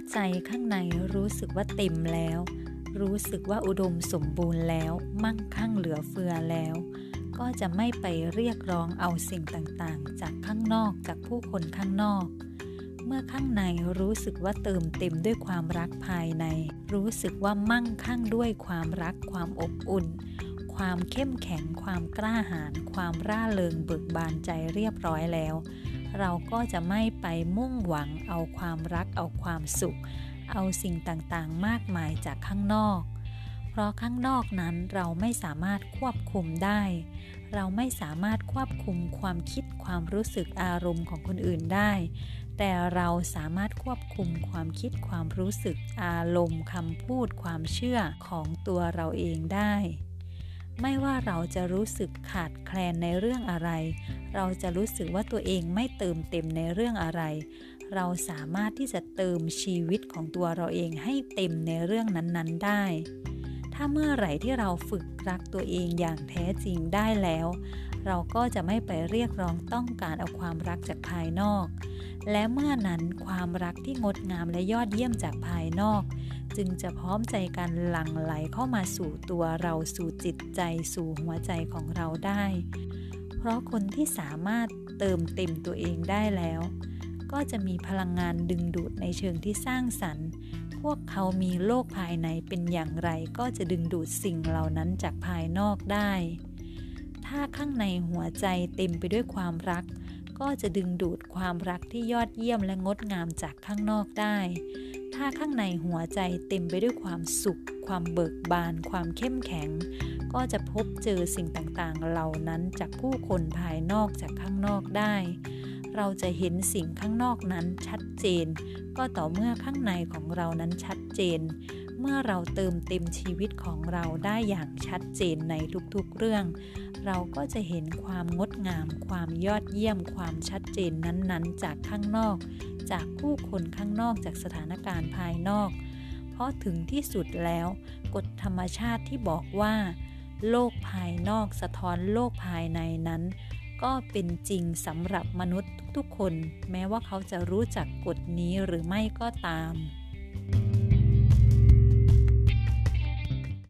ใจข้างในรู้สึกว่าเต็มแล้ว รู้สึกว่าอุดมสมบูรณ์แล้ว มั่งคั่งเหลือเฟือแล้ว ก็จะไม่ไปเรียกร้องเอาสิ่งต่างๆจากข้างนอกจากผู้คนข้างนอก เมื่อข้างในรู้สึกว่าเติมเต็มด้วยความรักภายใน รู้สึกว่ามั่งคั่งด้วยความรักความอบอุ่น ความเข้มแข็งความกล้าหาญความร่าเริงเบิกบานใจเรียบร้อยแล้วเราก็จะไม่ไปมุ่งหวังเอาความรักเอาความสุขเอาสิ่งต่างๆมากมายจากข้างนอกเพราะข้างนอกนั้นเราไม่สามารถควบคุมได้เราไม่สามารถควบคุมความคิดความรู้สึกอารมณ์ของคนอื่นได้แต่เราสามารถควบคุมความคิดความรู้สึกอารมณ์คำพูดความเชื่อของตัวเราเองได้ไม่ว่าเราจะรู้สึกขาดแคลนในเรื่องอะไรเราจะรู้สึกว่าตัวเองไม่เติมเต็มในเรื่องอะไรเราสามารถที่จะเติมชีวิตของตัวเราเองให้เต็มในเรื่องนั้นๆได้ถ้าเมื่อไหร่ที่เราฝึกรักตัวเองอย่างแท้จริงได้แล้วเราก็จะไม่ไปเรียกร้องต้องการเอาความรักจากภายนอกและเมื่อนั้นความรักที่งดงามและยอดเยี่ยมจากภายนอกจึงจะพร้อมใจกันหลั่งไหลเข้ามาสู่ตัวเราสู่จิตใจสู่หัวใจของเราได้เพราะคนที่สามารถเติมเต็มตัวเองได้แล้วก็จะมีพลังงานดึงดูดในเชิงที่สร้างสรรค์พวกเขามีโลกภายในเป็นอย่างไรก็จะดึงดูดสิ่งเหล่านั้นจากภายนอกได้ถ้าข้างในหัวใจเต็มไปด้วยความรักก็จะดึงดูดความรักที่ยอดเยี่ยมและงดงามจากข้างนอกได้ถ้าข้างในหัวใจเต็มไปด้วยความสุขความเบิกบานความเข้มแข็งก็จะพบเจอสิ่งต่างๆเหล่านั้นจากผู้คนภายนอกจากข้างนอกได้เราจะเห็นสิ่งข้างนอกนั้นชัดเจนก็ต่อเมื่อข้างในของเรานั้นชัดเจนเมื่อเราเติมเต็มชีวิตของเราได้อย่างชัดเจนในทุกๆเรื่องเราก็จะเห็นความงดงามความยอดเยี่ยมความชัดเจนนั้นๆจากข้างนอกจากผู้คนข้างนอกจากสถานการณ์ภายนอกเพราะถึงที่สุดแล้วกฎธรรมชาติที่บอกว่าโลกภายนอกสะท้อนโลกภายในนั้นก็เป็นจริงสำหรับมนุษย์ทุกๆคนแม้ว่าเขาจะรู้จักกฎนี้หรือไม่ก็ตาม